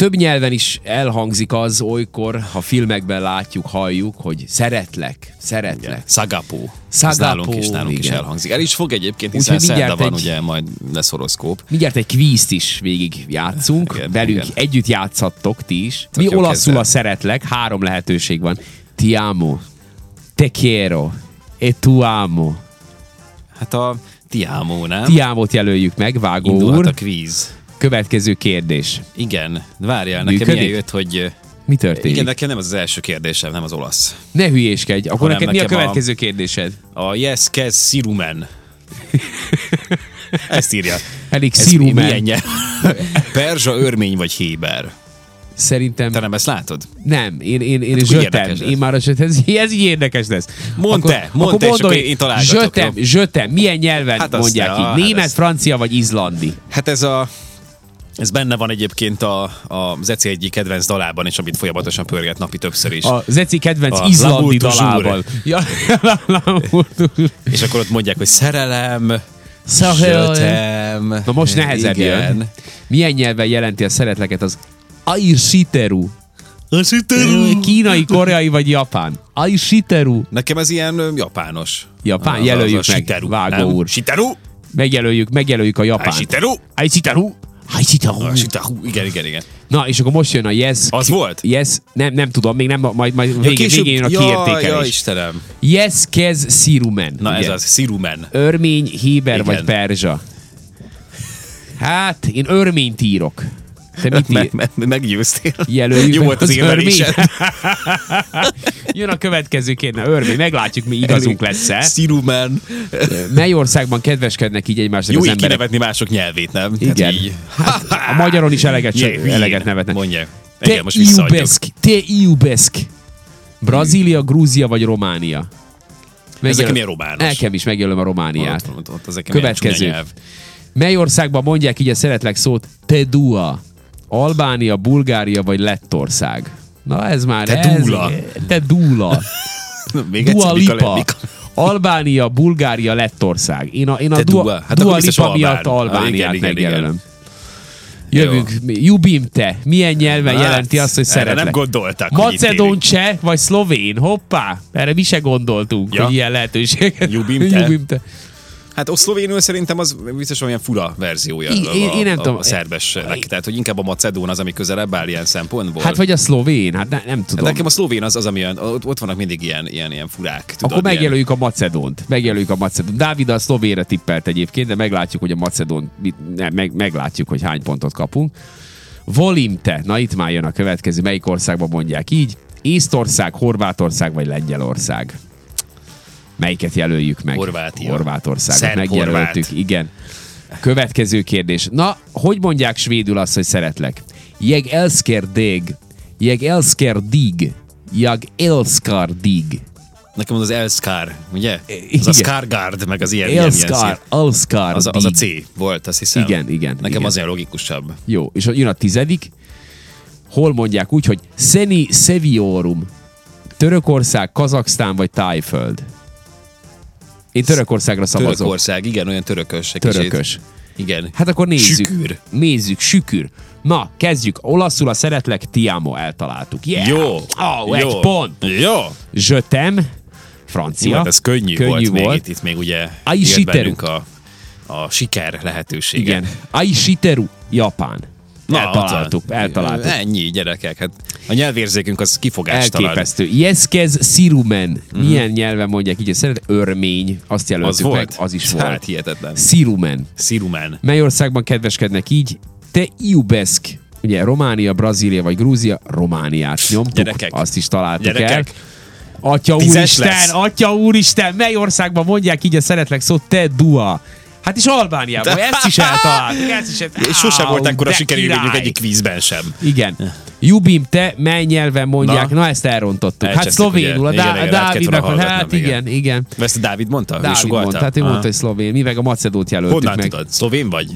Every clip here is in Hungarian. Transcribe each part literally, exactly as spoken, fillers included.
több nyelven is elhangzik az olykor, ha filmekben látjuk, halljuk, hogy szeretlek, szeretlek. Szagapó. Szagapó, nálunk is, nálunk is elhangzik. El is fog egyébként, hiszen szerda van, egy, ugye majd lesz horoszkóp. Mindjárt egy kvízt is végig játszunk, igen, velünk igen. Együtt játszhattok ti is. Mi olaszul kezdem. A szeretlek, három lehetőség van. Ti amo, te quiero, e tu amo. Hát a ti amo, nem? Ti amót jelöljük meg, Vágó Indulhat úr. a kvíz. Következő kérdés. Igen, várjál, nekem Működik? Ilyen jött, hogy... Mi történik? Igen, nekem nem az az első kérdésem, nem az olasz. Ne hülyéskedj, akkor neked mi a következő a, kérdésed? A yes, kez, sirumen. Ezt írja. Elég sirumen. Milyen nyelv? Perzsa, örmény vagy héber? Szerintem... Te nem ezt látod? Nem, én, én, én hát zsötem. Én már a zsötem. Ez, ez így érdekes lesz. Mondd akkor, te, mondd te, és akkor én találgatok. Zsötem, zsötem. Milyen nyelven hát mondják így? Hát német, ezt... francia vagy izlandi? Hát ez a... Ez benne van egyébként a, a Zeci egyik kedvenc dalában, és amit folyamatosan pörget napi többször is. A Zeci kedvenc a izlandi dalában. Ja, és akkor ott mondják, hogy szerelem, zsötem. Na most nehezebb igen. Jön. Milyen nyelven jelenti a szeretleket az aishiteru? Aishiteru. Kínai, koreai vagy japán? Aishiteru. Nekem ez ilyen japános. Japán? Az, jelöljük az, az meg, shiteru, Vágó nem? Úr. Shiteru. Megjelöljük, megjelöljük a japánt. Aishiteru. Aishiteru. Aishiteru. Igen, igen, igen. Na, és akkor most jön a yes. Az volt? Yes, nem, nem tudom, még nem, majd, majd ja, végén, végén jön a ja, kiértékelés. Ja, Istenem. Yes, kez, sirumen. Na igen. Ez az, sirumen. Örmény, héber igen. Vagy perzsa. Hát, én örményt írok. Te mit ír? Me- me- meggyőztél. Jelöljük. Jó volt az, az érvelésed. Jön a következő kérdés. Örmény, meglátjuk, mi igazunk lesz-e. Sirumen. Mely országban kedveskednek így egymásnak jó, az emberek? Jó, így kinevetni mások nyelvét, nem? Igen. Hát hát, a magyaron is eleget, yeah, eleget nevetnek. Mondja. Te iubesc. Te iubesc. Brazília, Grúzia vagy Románia? Ezek milyen romános? Nekem is megjelölöm a Romániát. Ott, ott, ott, következő. Mely országban mondják így a szeretlek szót te dua? Albánia, Bulgária vagy Lettország? Na ez már... Te ez, dúla. Te dúla. Még Dua egyszer, Lipa. Mika. Albánia, Bulgária, Lettország. Én a, én a Dua, dua, hát dua Lipa Albán. Miatt Albániát ah, megjelölöm. Jövünk. Jubim te. Milyen nyelven hát, jelenti azt, hogy szeretlek? Nem gondoltak. Macedón, cseh vagy szlovén? Hoppá! Erre mi se gondoltunk, ja. Hogy ilyen lehetőséget. Jubim te. Jubim te. Hát a szlovénül szerintem az biztos olyan fura verziója én, a, én, én nem a, tudom. a szerbesnek. Tehát, hogy inkább a macedón az, ami közelebb áll ilyen szempontból. Hát vagy a szlovén, hát ne, nem tudom. Hát nekem a szlovén az az, ami ott, ott vannak mindig ilyen, ilyen, ilyen furák. Tudod, akkor megjelöljük ilyen... a macedónt. Megjelöljük a macedónt. Dávid a szlovénre tippelt egyébként, de meglátjuk, hogy a macedón, ne, meg, meglátjuk, hogy hány pontot kapunk. Volimte. Na itt már jön a következő. Melyik országban mondják így? Észtország, Horvátország vagy Lengyelország? Melyiket jelöljük meg? Horvátia. Horvátországot megjelöltük, igen. Következő kérdés. Na, hogy mondják svédül azt, hogy szeretlek? Jeg elsker dig. Jeg elsker dig. Jag elskar dig. Nekem az az Elskar, ugye? Az a Skargard, meg az ilyen. Elskar, Elskar az, az a C volt, azt hiszem. Igen, igen. Nekem igen. az olyan logikusabb. Jó, és jön a tizedik. Hol mondják úgy, hogy Szeni Szeviorum. Törökország, Kazaksztán vagy Tájföld? Én Törökországra szavazok. Törökország, igen, olyan törökös. Törökös. Kicsit. Igen. Hát akkor nézzük. Sükür. Nézzük, sükür. Na, kezdjük. Olaszul a szeretlek, ti amo, eltaláltuk. Yeah. Jó. Oh, jó. Egy pont. Jó. Zsötem, francia. Jó, ez könnyű, könnyű volt. volt. Még itt, itt még ugye ért bennünk a, a siker lehetősége. Igen. Aishiteru, japán. Na, eltaláltuk, eltaláltuk. Ennyi, gyerekek. Hát a nyelvérzékünk az kifogástalan. Elképesztő. Jeszkez sirumen. Mm-hmm. Milyen nyelven mondják így, szeret? Örmény. Azt jelöltük az meg. Volt? Az is hát, volt. hihetetlen. Sirumen. Sirumen. Mely országban kedveskednek így? Te iubesc. Ugye Románia, Brazília vagy Grúzia. Romániát nyomtuk. Gyerekek. Azt is találtuk Gyerekek. el. Atya úristen, atya úristen, mely országban mondják így a szeretlek szót? Te dua. Hát is Albániában, ezt is eltaláltuk. Ezt is eltaláltuk. És sose volt ekkora sikerélményünk egyik kvízben sem. Igen. Jubim, te mely nyelven mondják? Na, Na ezt elrontottuk. Hát szlovénul, a, Dá- a Dávidnak, hát igen, igen. Ezt a Dávid mondta? Dávid mondta, hát ő mondta, hogy szlovén. Mi meg a macedót jelöltük Honnan meg. tudod? Szlovén vagy?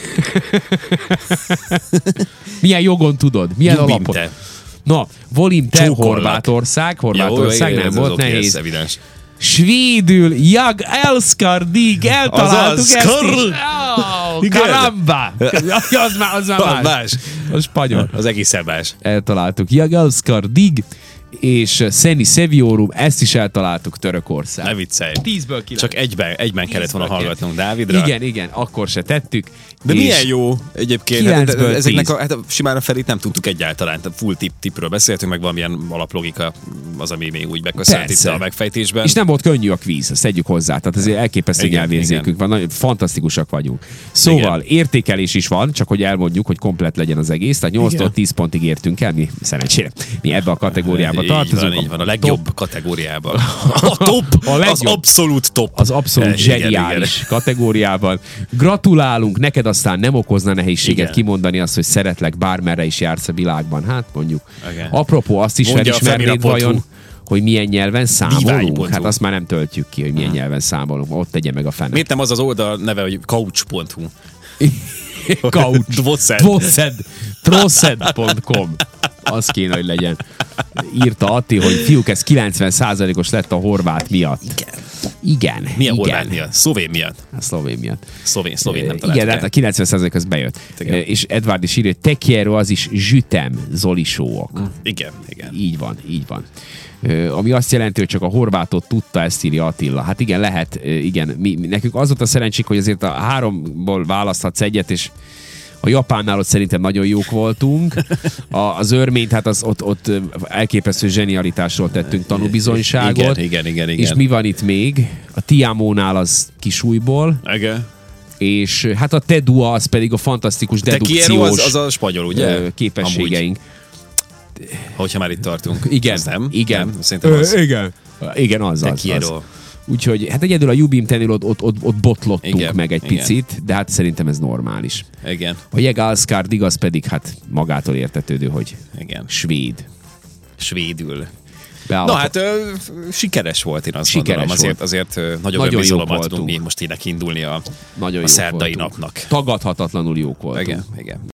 Milyen jogon tudod? Milyen Jubim alapon? te. Na, Volim, te Horvátország. Horvátország nem volt nehéz. Svédül, jag elskar dig, eltaláltuk ezt is. Oh, caramba! Az már, az már más. más. A spanyol. Az egészen más. Eltaláltuk. Jagalskar Dig és Szeni Seviorum, ezt is eltaláltuk, Törökország. Ne viccelj. Tízből kilenc. Csak egyben, egyben kellett volna Tízből hallgatnunk Dávidra. Igen, igen, akkor se tettük. De És milyen jó egyébként. Hát, kilencből ezeknek tíz. a, hát simán a felét nem tudtuk egyáltalán. Tehát full tip, tipről beszéltünk, meg valamilyen alaplogika az, ami még úgy beköszönt itt a megfejtésben. És nem volt könnyű a kvíz, ezt tegyük hozzá. Tehát azért elképesztő Igen, nyelvérzékünk van, nagyon fantasztikusak vagyunk. Szóval Igen. értékelés is van, csak hogy elmondjuk, hogy komplet legyen az egész. Tehát nyolctól tíz pontig értünk el, mi szerencsére. Mi ebbe a kategóriába Így tartozunk. van, így van, a legjobb top, kategóriában. A top, A az legjobb. abszolút top. az abszolút Igen, zseniális igen. kategóriában. Gratulálunk, neked aztán nem okozna nehézséget Igen. kimondani azt, hogy szeretlek, bármerre is jársz a világban. Hát mondjuk. Igen. Apropó, azt is Mondja a felismernéd femina pont hu. vajon, hogy milyen nyelven számolunk? Divány pont hu. Hát azt már nem töltjük ki, hogy milyen nyelven számolunk. Ott tegye meg a fene. Miért nem az az oldal neve, hogy couch pont hu? Couch. Dvoszed. Dvoszed. Troszed pont com. Az kéne, hogy legyen. Írta Atti, hogy fiúk, ez kilencven százalékos lett a horvát miatt. Igen. Igen. Milyen igen. horvát miatt? Szlovén miatt. A szlovén miatt. Szlovén, szlovén nem Igen, találtuk hát a el. kilencven százalék az bejött. Igen. És Edvard is írja, hogy te quiero, az is zsütem, Zoli show-ok. Igen, igen. Így van, így van. Ö, ami azt jelenti, hogy csak a horvátot tudta, ezt írja Attila. Hát igen, lehet, ö, igen. Mi, mi, nekünk az volt a szerencsénk, hogy azért a háromból választhatsz egyet, és a japánnál ott szerintem nagyon jók voltunk. A, az örményt, hát az, ott, ott elképesztő zsenialitásról tettünk tanúbizonyságot. Igen, igen, igen, igen. És mi van itt még? A Tiamónál az kisújból, Igen. és hát a Tedua az pedig a fantasztikus Te dedukciós quiero, az, az a spanyol, ugye? ö, képességeink. Amúgy, hogyha már itt tartunk. Igen, Az nem? igen. Nem? Szerintem az. Ö, igen. Igen, az, Te az, az. quiero. Úgyhogy hát egyedül a Jubimtenél ott, ott, ott, ott botlottunk Igen, meg egy igen. picit, de hát szerintem ez normális. Igen, A Jegalskar Dig az pedig hát magától értetődő, hogy igen. svéd. Svédül. Beáll- Na hát ö, sikeres volt, én azt Sikeres gondolom. Azért, volt. azért ö, nagyobb Nagyon jók önbizalommal voltunk. tudunk mi most innen indulni a, Nagyon a jók szerdai voltunk. napnak. Tagadhatatlanul jók voltunk. Igen, igen.